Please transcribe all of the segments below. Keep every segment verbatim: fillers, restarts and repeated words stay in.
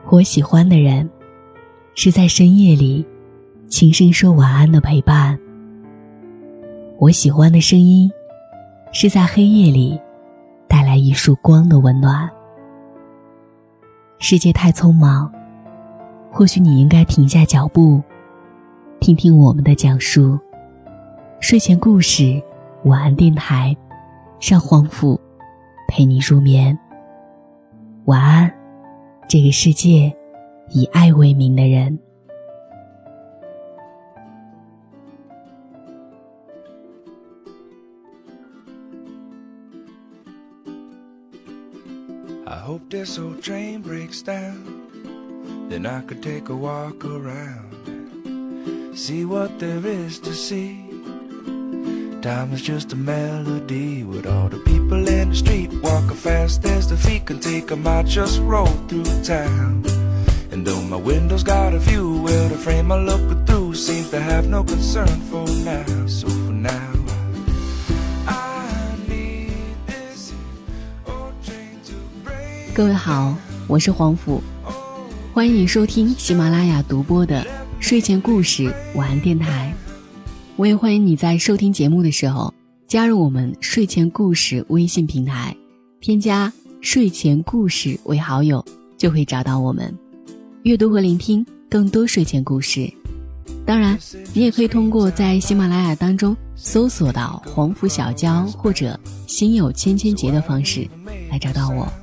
我喜欢的人，是在深夜里轻声说晚安的陪伴。我喜欢的声音，是在黑夜里带来一束光的温暖。世界太匆忙，或许你应该停下脚步，听听我们的讲述。睡前故事，晚安电台，让黄甫陪你入眠。晚安，这个世界以爱为名的人。 I hope this old train breaks down, then I could take a walk around, see what there is to see. Time is just a melody with all the people in the street walking fast as their feet can take them. I just roll through town, and though my window's got a view, well, the frame I look through seems to have no concern for now. So for now, 各位好，我是黄甫，欢迎你收听喜马拉雅独播的睡前故事晚安电台。我也欢迎你在收听节目的时候加入我们睡前故事微信平台，添加睡前故事为好友，就会找到我们，阅读和聆听更多睡前故事。当然你也可以通过在喜马拉雅当中搜索到黄甫小娇或者心有千千结的方式来找到我。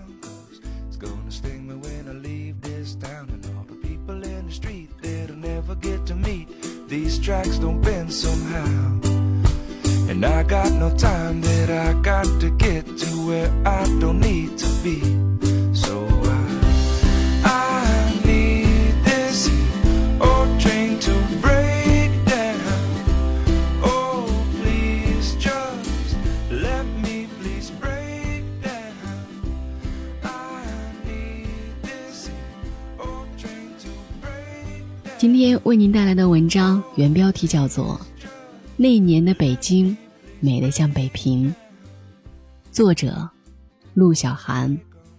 These tracks don't bend somehow, and I got no time that I got to get to where I don't need to be. So I, I need this old train to break down. Oh, please just let me please break down. I need this old train to break down. 今天为您带来的文章原标题叫做《那一年的北京美得像北平》，作者陆小涵。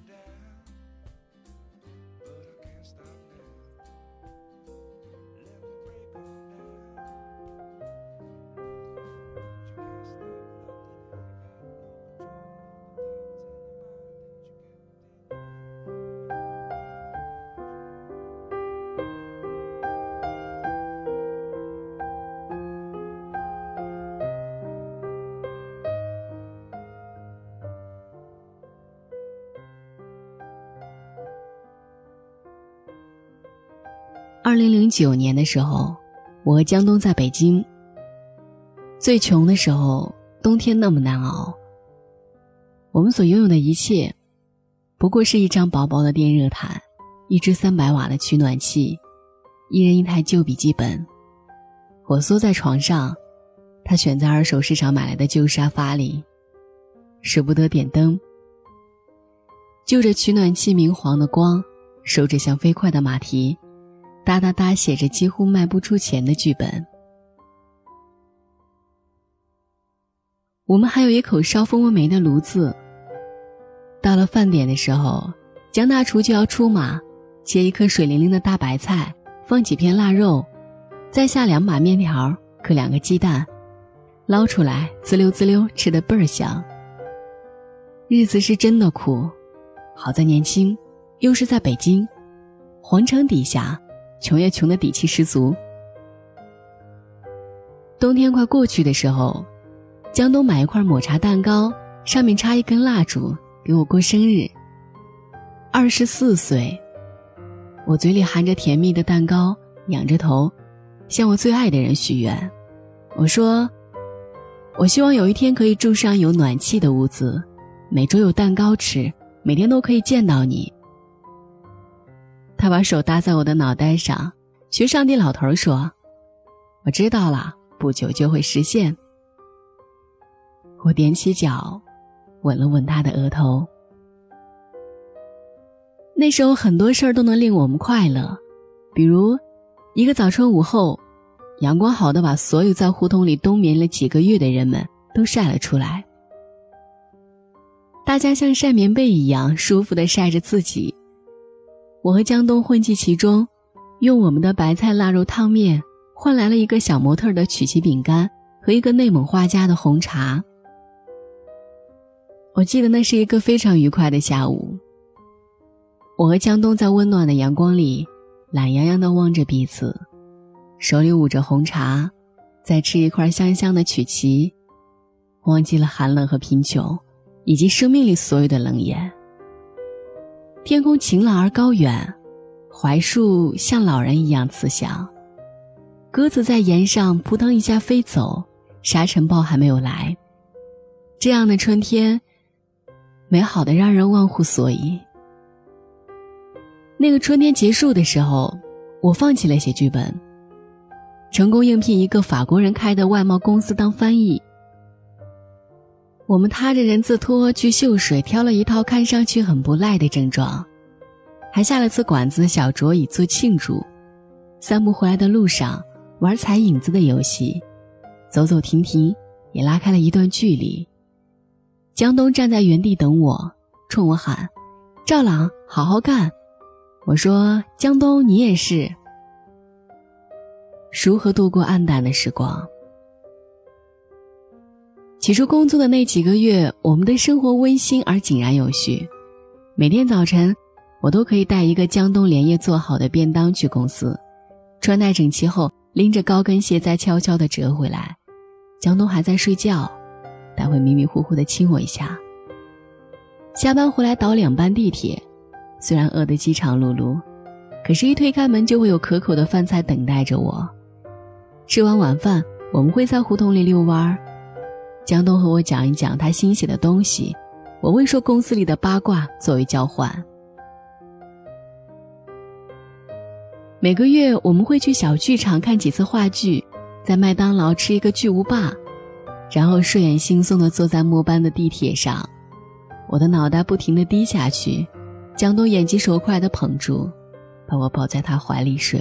二零零九年的时候，我和江东在北京。最穷的时候，冬天那么难熬，我们所拥有的一切不过是一张薄薄的电热毯，一只三百瓦的取暖器，一人一台旧笔记本。我缩在床上，他选在二手市场买来的旧沙发里，舍不得点灯，就着取暖器明黄的光，手指像飞快的马蹄，哒哒哒写着几乎卖不出钱的剧本。我们还有一口烧蜂窝煤的炉子。到了饭点的时候，江大厨就要出马，切一颗水灵灵的大白菜，放几片腊肉，再下两把面条，搁两个鸡蛋，捞出来滋溜滋溜，吃得倍儿香。日子是真的苦，好在年轻，又是在北京，皇城底下穷也穷的底气十足。冬天快过去的时候，江东买一块抹茶蛋糕，上面插一根蜡烛，给我过生日。二十四岁，我嘴里含着甜蜜的蛋糕，仰着头，向我最爱的人许愿。我说，我希望有一天可以住上有暖气的屋子，每周有蛋糕吃，每天都可以见到你。他把手搭在我的脑袋上，学上帝老头说，我知道了，不久就会实现。我踮起脚，吻了吻他的额头。那时候很多事儿都能令我们快乐，比如一个早春午后，阳光好的把所有在胡同里冬眠了几个月的人们都晒了出来。大家像晒棉被一样舒服地晒着自己。 我和江东混迹其中，用我们的白菜腊肉汤面换来了一个小模特的曲奇饼干和一个内蒙画家的红茶。我记得那是一个非常愉快的下午，我和江东在温暖的阳光里懒洋洋地望着彼此，手里捂着红茶，再吃一块香香的曲奇，忘记了寒冷和贫穷，以及生命里所有的冷眼。天空晴朗而高远，槐树像老人一样慈祥，鸽子在檐上扑腾一下飞走，沙尘暴还没有来。这样的春天，美好的让人忘乎所以。那个春天结束的时候，我放弃了写剧本，成功应聘一个法国人开的外贸公司当翻译。我们踏着人字拖去秀水，挑了一套看上去很不赖的正装，还下了次馆子小酌以作庆祝。散步回来的路上，玩踩影子的游戏，走走停停，也拉开了一段距离。江东站在原地等我，冲我喊：赵朗，好好干。我说：江东，你也是。如何度过暗淡的时光？起初工作的那几个月，我们的生活温馨而井然有序。每天早晨，我都可以带一个江东连夜做好的便当去公司，穿戴整齐后，拎着高跟鞋再悄悄地折回来。江东还在睡觉，他会迷迷糊糊地亲我一下。下班回来倒两班地铁，虽然饿得饥肠辘辘，可是一推开门就会有可口的饭菜等待着我。吃完晚饭，我们会在胡同里遛弯，江东和我讲一讲他新写的东西，我会说公司里的八卦作为交换。每个月我们会去小剧场看几次话剧，在麦当劳吃一个巨无霸，然后睡眼惺忪地坐在末班的地铁上，我的脑袋不停地低下去，江东眼疾手快地捧住，把我抱在他怀里睡。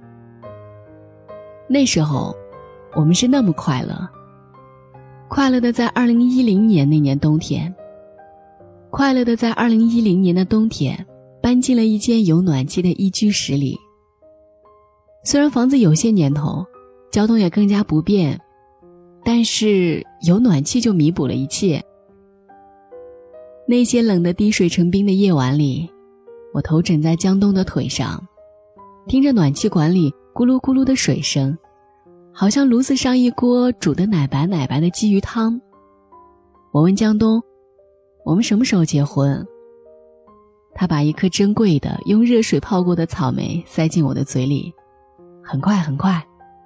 那时候我们是那么快乐，快乐的在二零一零年那年冬天，快乐的在二零一零年的冬天搬进了一间有暖气的一居室里。虽然房子有些年头，交通也更加不便，但是有暖气就弥补了一切。那些冷得滴水成冰的夜晚里，我头枕在江东的腿上，听着暖气管里咕噜咕噜的水声，好像炉子上一锅煮得奶白奶白的鲫鱼汤。我问江东，我们什么时候结婚？他把一颗珍贵的用热水泡过的草莓塞进我的嘴里，很快很快。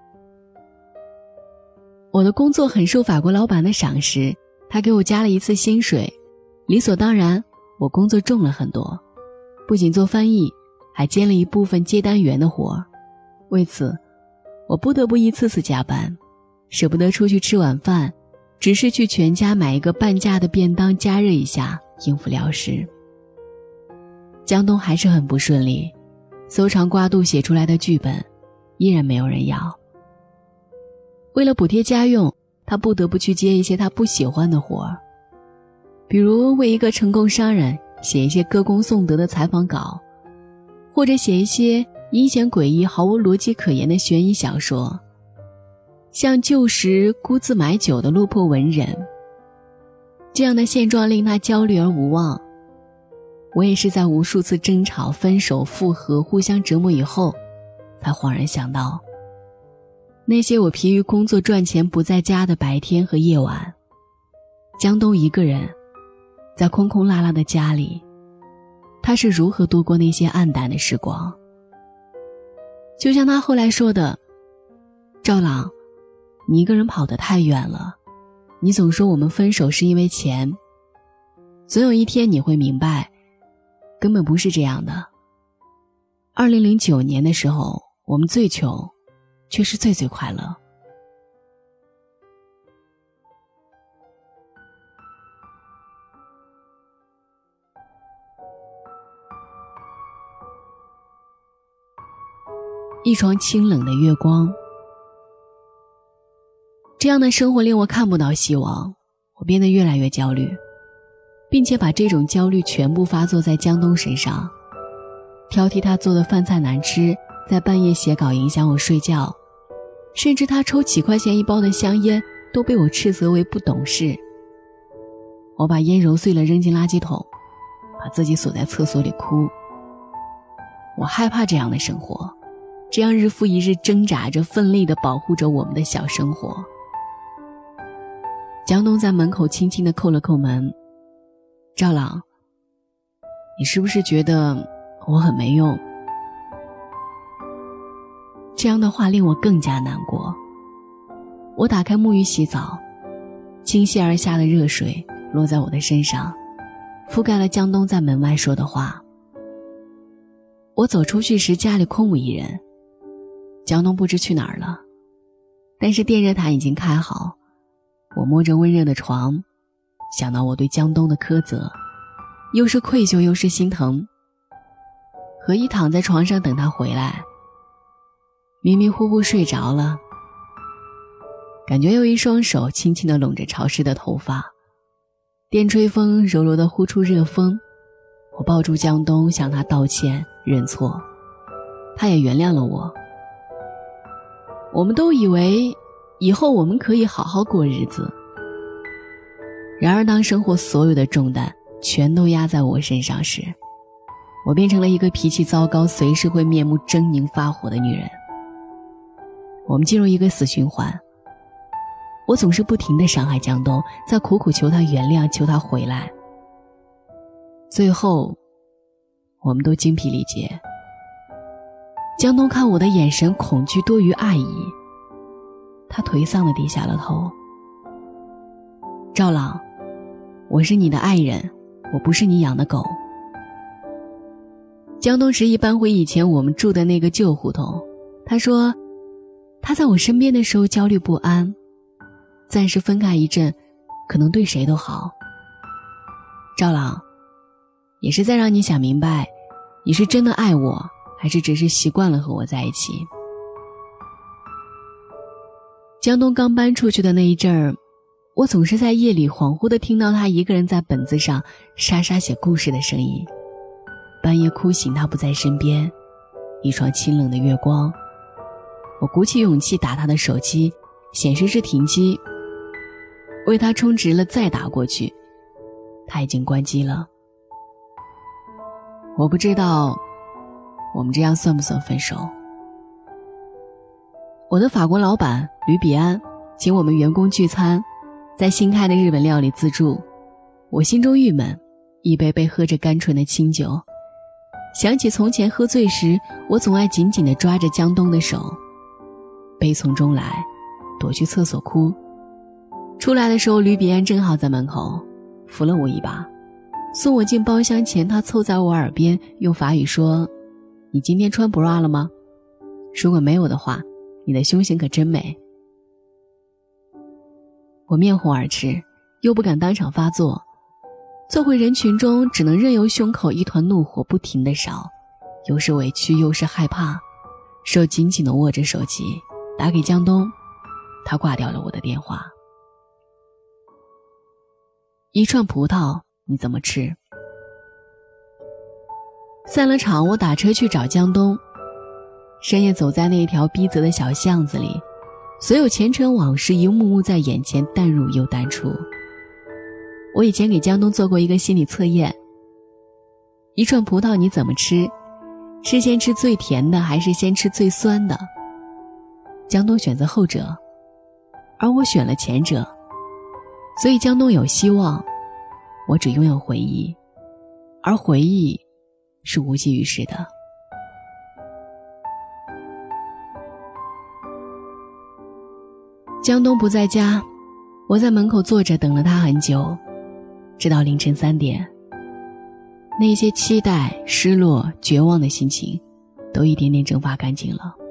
我的工作很受法国老板的赏识，他给我加了一次薪水，理所当然，我工作重了很多，不仅做翻译，还兼了一部分接单员的活。为此，我不得不一次次加班，舍不得出去吃晚饭，只是去全家买一个半价的便当加热一下，应付了事。江东还是很不顺利，搜肠刮肚写出来的剧本依然没有人要。为了补贴家用，他不得不去接一些他不喜欢的活儿，比如为一个成功商人写一些歌功颂德的采访稿，或者写一些阴险诡异毫无逻辑可言的悬疑小说，像旧时孤自买酒的落魄文人。这样的现状令他焦虑而无望。我也是在无数次争吵、分手、复合、互相折磨以后，才恍然想到，那些我疲于工作赚钱不在家的白天和夜晚，江东一个人在空空落落的家里，他是如何度过那些暗淡的时光。就像他后来说的，赵朗，你一个人跑得太远了，你总说我们分手是因为钱，总有一天你会明白，根本不是这样的。二零零九年的时候，我们最穷，却是最最快乐。一床清冷的月光，这样的生活令我看不到希望，我变得越来越焦虑，并且把这种焦虑全部发作在江东身上。 挑剔他做的饭菜难吃，在半夜写稿影响我睡觉，甚至他抽几块钱一包的香烟都被我斥责为不懂事。我把烟揉碎了扔进垃圾桶，把自己锁在厕所里哭。我害怕这样的生活，这样日复一日挣扎着奋力地保护着我们的小生活。江东在门口轻轻地扣了扣门，赵朗，你是不是觉得我很没用？这样的话令我更加难过。我打开沐浴洗澡，倾泻而下的热水落在我的身上，覆盖了江东在门外说的话。我走出去时家里空无一人，江东不知去哪儿了，但是电热毯已经开好。我摸着温热的床，想到我对江东的苛责，又是愧疚又是心疼，何以躺在床上等他回来，迷迷糊糊睡着了，感觉有一双手轻轻地拢着潮湿的头发，电吹风柔柔地呼出热风。我抱住江东向他道歉认错，他也原谅了我。我们都以为以后我们可以好好过日子，然而当生活所有的重担全都压在我身上时，我变成了一个脾气糟糕随时会面目狰狞发火的女人。我们进入一个死循环，我总是不停地伤害江东，在苦苦求他原谅，求他回来。最后我们都精疲力竭，江东看我的眼神恐惧多于爱意，他颓丧地低下了头。赵朗，我是你的爱人，我不是你养的狗。江东执意搬回以前我们住的那个旧胡同，他说他在我身边的时候焦虑不安，暂时分开一阵可能对谁都好。赵朗，也是在让你想明白，你是真的爱我，还是只是习惯了和我在一起。江东刚搬出去的那一阵儿，我总是在夜里恍惚地听到他一个人在本子上沙沙写故事的声音。半夜哭醒他不在身边，一双清冷的月光，我鼓起勇气打他的手机，显示是停机，为他充值了再打过去，他已经关机了。我不知道我们这样算不算分手。我的法国老板吕比安请我们员工聚餐，在新开的日本料理自助，我心中郁闷，一杯杯喝着甘醇的清酒，想起从前喝醉时我总爱紧紧地抓着江东的手，悲从中来躲去厕所哭。出来的时候吕比安正好在门口，扶了我一把，送我进包厢前，他凑在我耳边用法语说，你今天穿 bra 了吗？如果没有的话，你的胸型可真美。我面红耳赤，又不敢当场发作，坐回人群中只能任由胸口一团怒火不停地烧，又是委屈又是害怕，手紧紧地握着手机打给江东，他挂掉了我的电话。一串葡萄你怎么吃？散了场，我打车去找江东。深夜走在那条逼仄的小巷子里，所有前尘往事一幕幕在眼前淡入又淡出。我以前给江东做过一个心理测验，一串葡萄你怎么吃？是先吃最甜的还是先吃最酸的？江东选择后者，而我选了前者，所以江东有希望，我只拥有回忆，而回忆是无济于事的。江东不在家，我在门口坐着等了他很久，直到凌晨三点。那些期待、失落、绝望的心情都一点点蒸发干净了。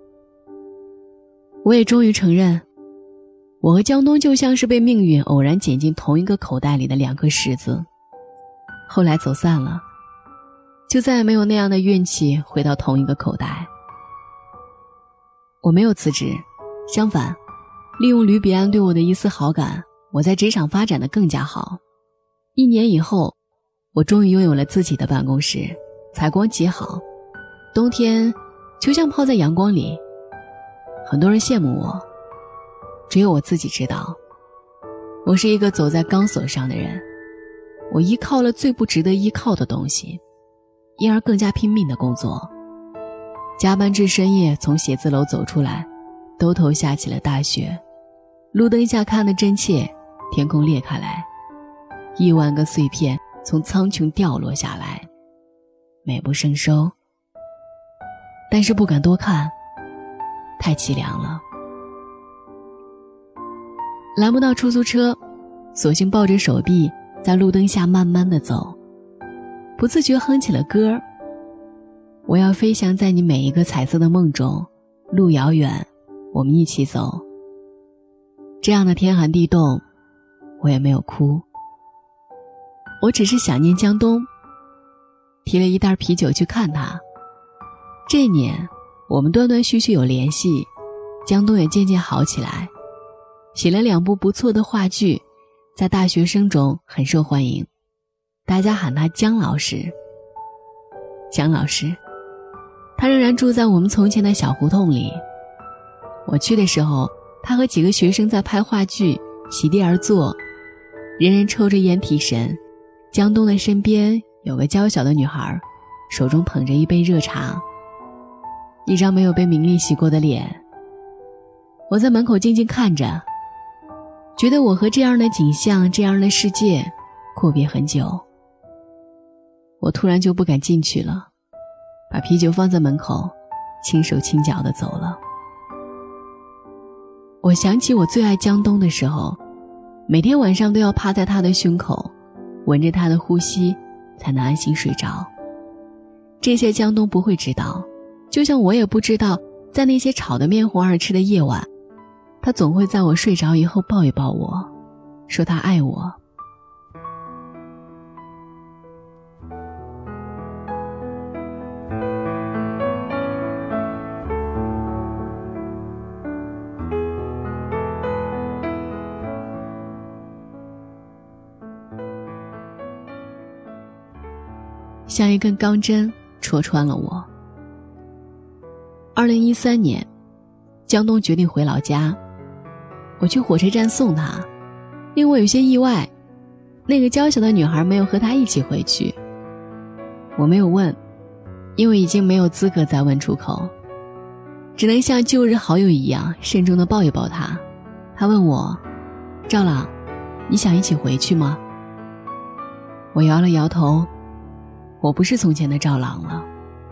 我也终于承认，我和江东就像是被命运偶然捡进同一个口袋里的两颗石子，后来走散了，就再也没有那样的运气回到同一个口袋。我没有辞职，相反，利用吕比安对我的一丝好感，我在职场发展得更加好。一年以后，我终于拥有了自己的办公室，采光极好， 冬天就像泡在阳光里，很多人羡慕我，只有我自己知道，我是一个走在钢索上的人。我依靠了最不值得依靠的东西，因而更加拼命的工作，加班至深夜，从写字楼走出来，兜头下起了大雪，路灯下看得真切，天空裂开来，亿万个碎片从苍穹掉落下来，美不胜收。但是不敢多看，太凄凉了。拦不到出租车，索性抱着手臂在路灯下慢慢地走，不自觉哼起了歌。我要飞翔在你每一个彩色的梦中，路遥远，我们一起走。这样的天寒地冻，我也没有哭，我只是想念江东，提了一袋啤酒去看他。这一年我们断断续续有联系，江东也渐渐好起来，写了两部不错的话剧，在大学生中很受欢迎，大家喊他江老师。江老师，他仍然住在我们从前的小胡同里。我去的时候，他和几个学生在拍话剧，席地而坐，人人抽着烟提神。江东的身边有个娇小的女孩，手中捧着一杯热茶，一张没有被名利洗过的脸。我在门口静静看着，觉得我和这样的景象，这样的世界阔别很久。我突然就不敢进去了，把啤酒放在门口，轻手轻脚地走了。我想起我最爱江东的时候，每天晚上都要趴在他的胸口，闻着他的呼吸，才能安心睡着。这些江东不会知道，就像我也不知道，在那些吵得面红耳赤的夜晚，他总会在我睡着以后抱一抱我，说他爱我。像一根钢针戳穿了我。二零一三年，江东决定回老家，我去火车站送他，令我有些意外，那个娇小的女孩没有和他一起回去。我没有问，因为已经没有资格再问出口，只能像旧日好友一样慎重地抱一抱他。他问我，赵朗，你想一起回去吗？我摇了摇头，我不是从前的赵朗了。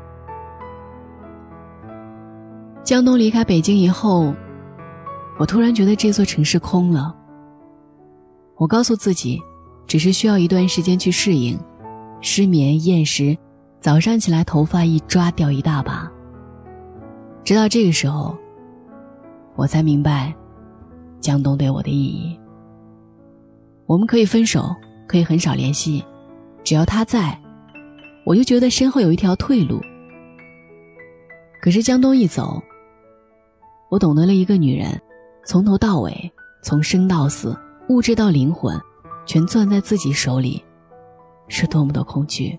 江东离开北京以后，我突然觉得这座城市空了。我告诉自己，只是需要一段时间去适应，失眠、厌食，早上起来头发一抓掉一大把。直到这个时候，我才明白江东对我的意义。我们可以分手，可以很少联系，只要他在，我就觉得身后有一条退路。可是江东一走，我懂得了一个女人从头到尾，从生到死，物质到灵魂，全攥在自己手里，是多么的恐惧。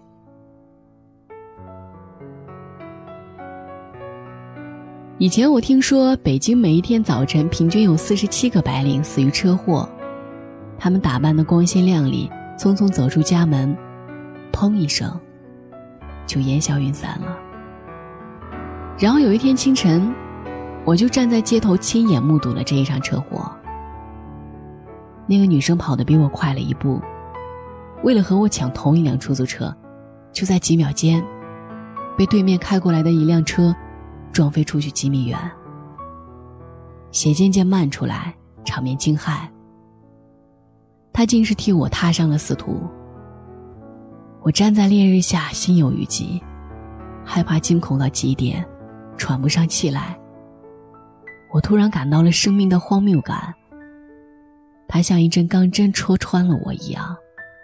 以前我听说北京每一天早晨平均有四十七个白领死于车祸，他们打扮得光鲜亮丽，匆匆走出家门，砰一声就烟消云散了。然后有一天清晨，我就站在街头亲眼目睹了这一场车祸。那个女生跑得比我快了一步，为了和我抢同一辆出租车，就在几秒间被对面开过来的一辆车撞飞出去几米远，血渐渐漫出来，场面惊骇。她竟是替我踏上了死途。我站在烈日下，心有余悸，害怕惊恐到极点，喘不上气来。我突然感到了生命的荒谬感，它像一针钢针戳穿了我一样。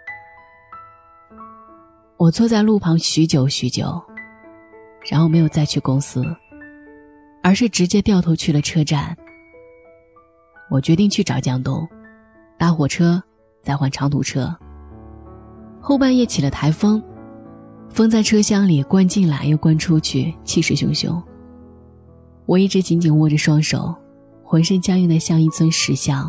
我坐在路旁许久许久，然后没有再去公司，而是直接掉头去了车站。我决定去找江东，搭火车再换长途车。后半夜起了台风， 风在车厢里灌进来又灌出去，气势汹汹。我一直紧紧握着双手，浑身僵硬得像一尊石像。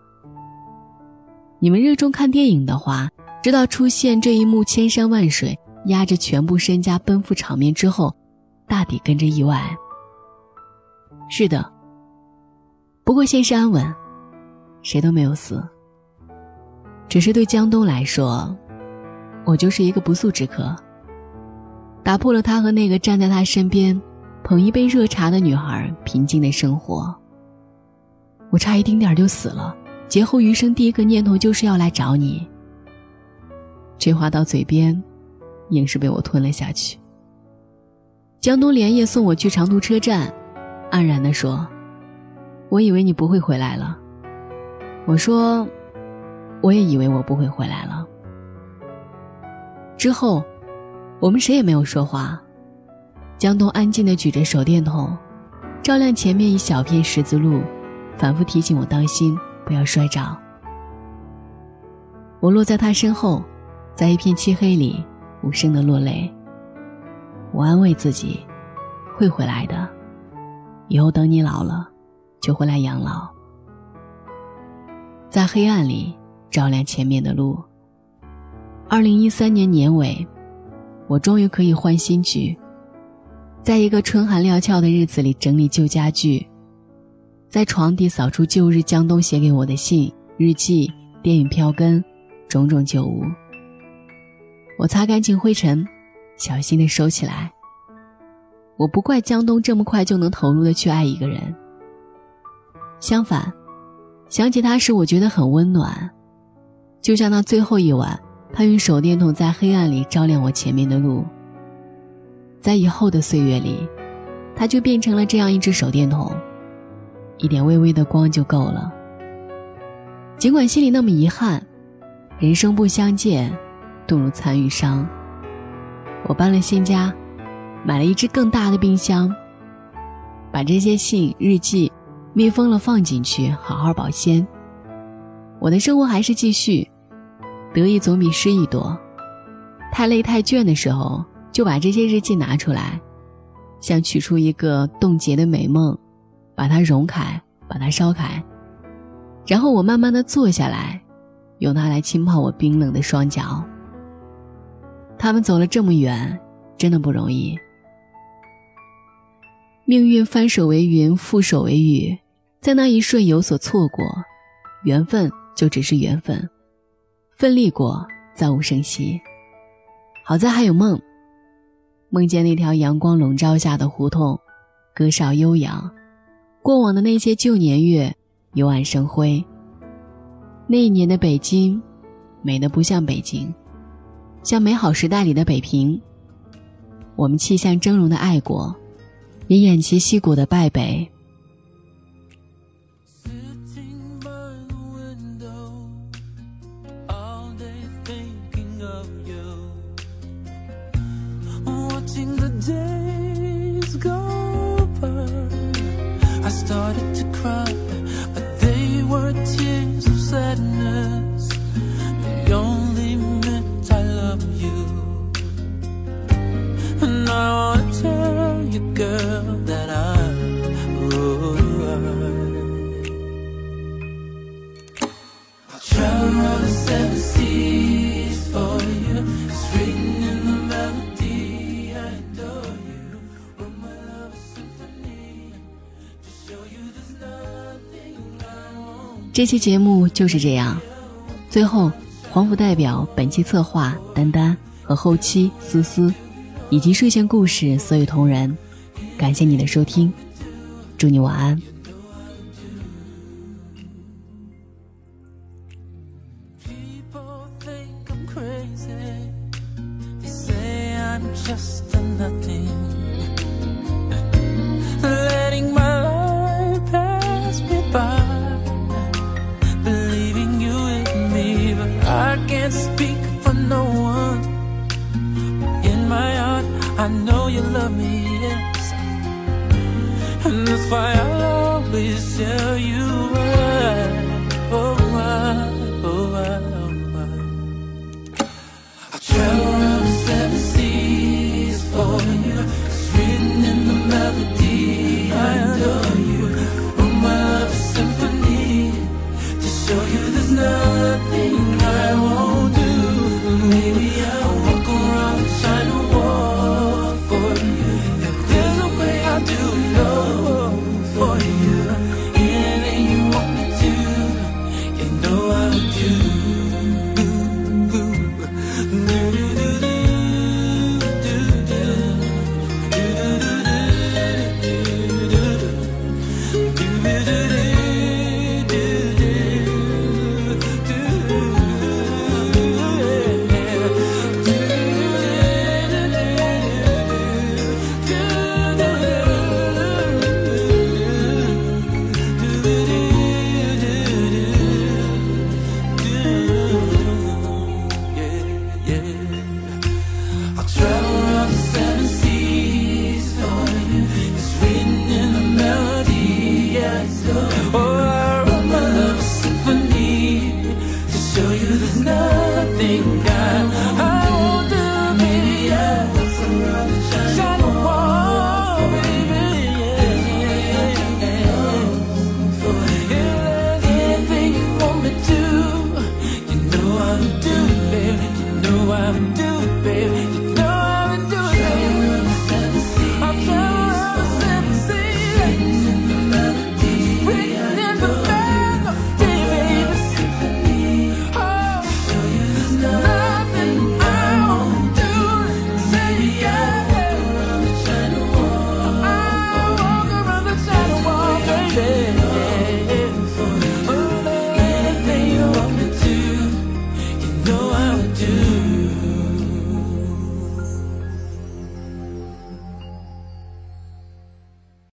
你们热衷看电影的话，知道出现这一幕千山万水压着全部身家奔赴场面之后，大抵跟着意外。是的，不过现实安稳，谁都没有死。只是对江东来说，我就是一个不速之客，打破了他和那个站在他身边捧一杯热茶的女孩平静的生活。我差一丁点就死了，劫后余生第一个念头就是要来找你。这话到嘴边硬是被我吞了下去。江东连夜送我去长途车站，黯然地说，我以为你不会回来了。我说，我也以为我不会回来了。之后我们谁也没有说话，江东安静地举着手电筒照亮前面一小片十字路，反复提醒我当心不要摔着。我落在他身后，在一片漆黑里无声地落泪。我安慰自己，会回来的，以后等你老了就回来养老。在黑暗里照亮前面的路。二零一三年年尾，我终于可以换新居，在一个春寒料峭的日子里整理旧家具，在床底扫出旧日江东写给我的信、日记、电影票根，种种旧物。我擦干净灰尘，小心地收起来。我不怪江东这么快就能投入地去爱一个人，相反，想起他时我觉得很温暖，就像那最后一晚，他用手电筒在黑暗里照亮我前面的路。在以后的岁月里，他就变成了这样一只手电筒，一点微微的光就够了。尽管心里那么遗憾，人生不相见，动如参与商。我搬了新家，买了一只更大的冰箱，把这些信、日记密封了放进去，好好保鲜。我的生活还是继续，得意总比失意多。太累太倦的时候，就把这些日记拿出来，像取出一个冻结的美梦，把它融开，把它烧开，然后我慢慢地坐下来，用它来浸泡我冰冷的双脚。他们走了这么远，真的不容易。命运翻手为云，覆手为雨，在那一瞬有所错过，缘分就只是缘分，奋力过再无声息。好在还有梦，梦见那条阳光笼罩下的胡同，歌哨悠扬，过往的那些旧年月幽暗生辉。那一年的北京，美得不像北京，像美好时代里的北平。我们气象峥嵘的爱国，也偃旗息鼓的败北。 I started to cry, but they were tears of sadness. They only meant I love you. And I wanna tell you, girl, that I'm right. I'll travel all the seven seas for you. It's written in the melody. I adore you. Wrote my love a symphony to show you there's nothing I won't. 这期节目就是这样。最后，黄甫代表本期策划丹丹和后期思思，以及睡前故事所有同仁，感谢你的收听，祝你晚安。 People think I'm crazy. They say I'm just a nothing. Letting my life pass me by, believing you with me, but I can't speak for no one. In my heart, I know you love me, yes, and that's why I'll always tell you why. Oh, why, oh, why, oh, why. I'll travel around the seven seas. visit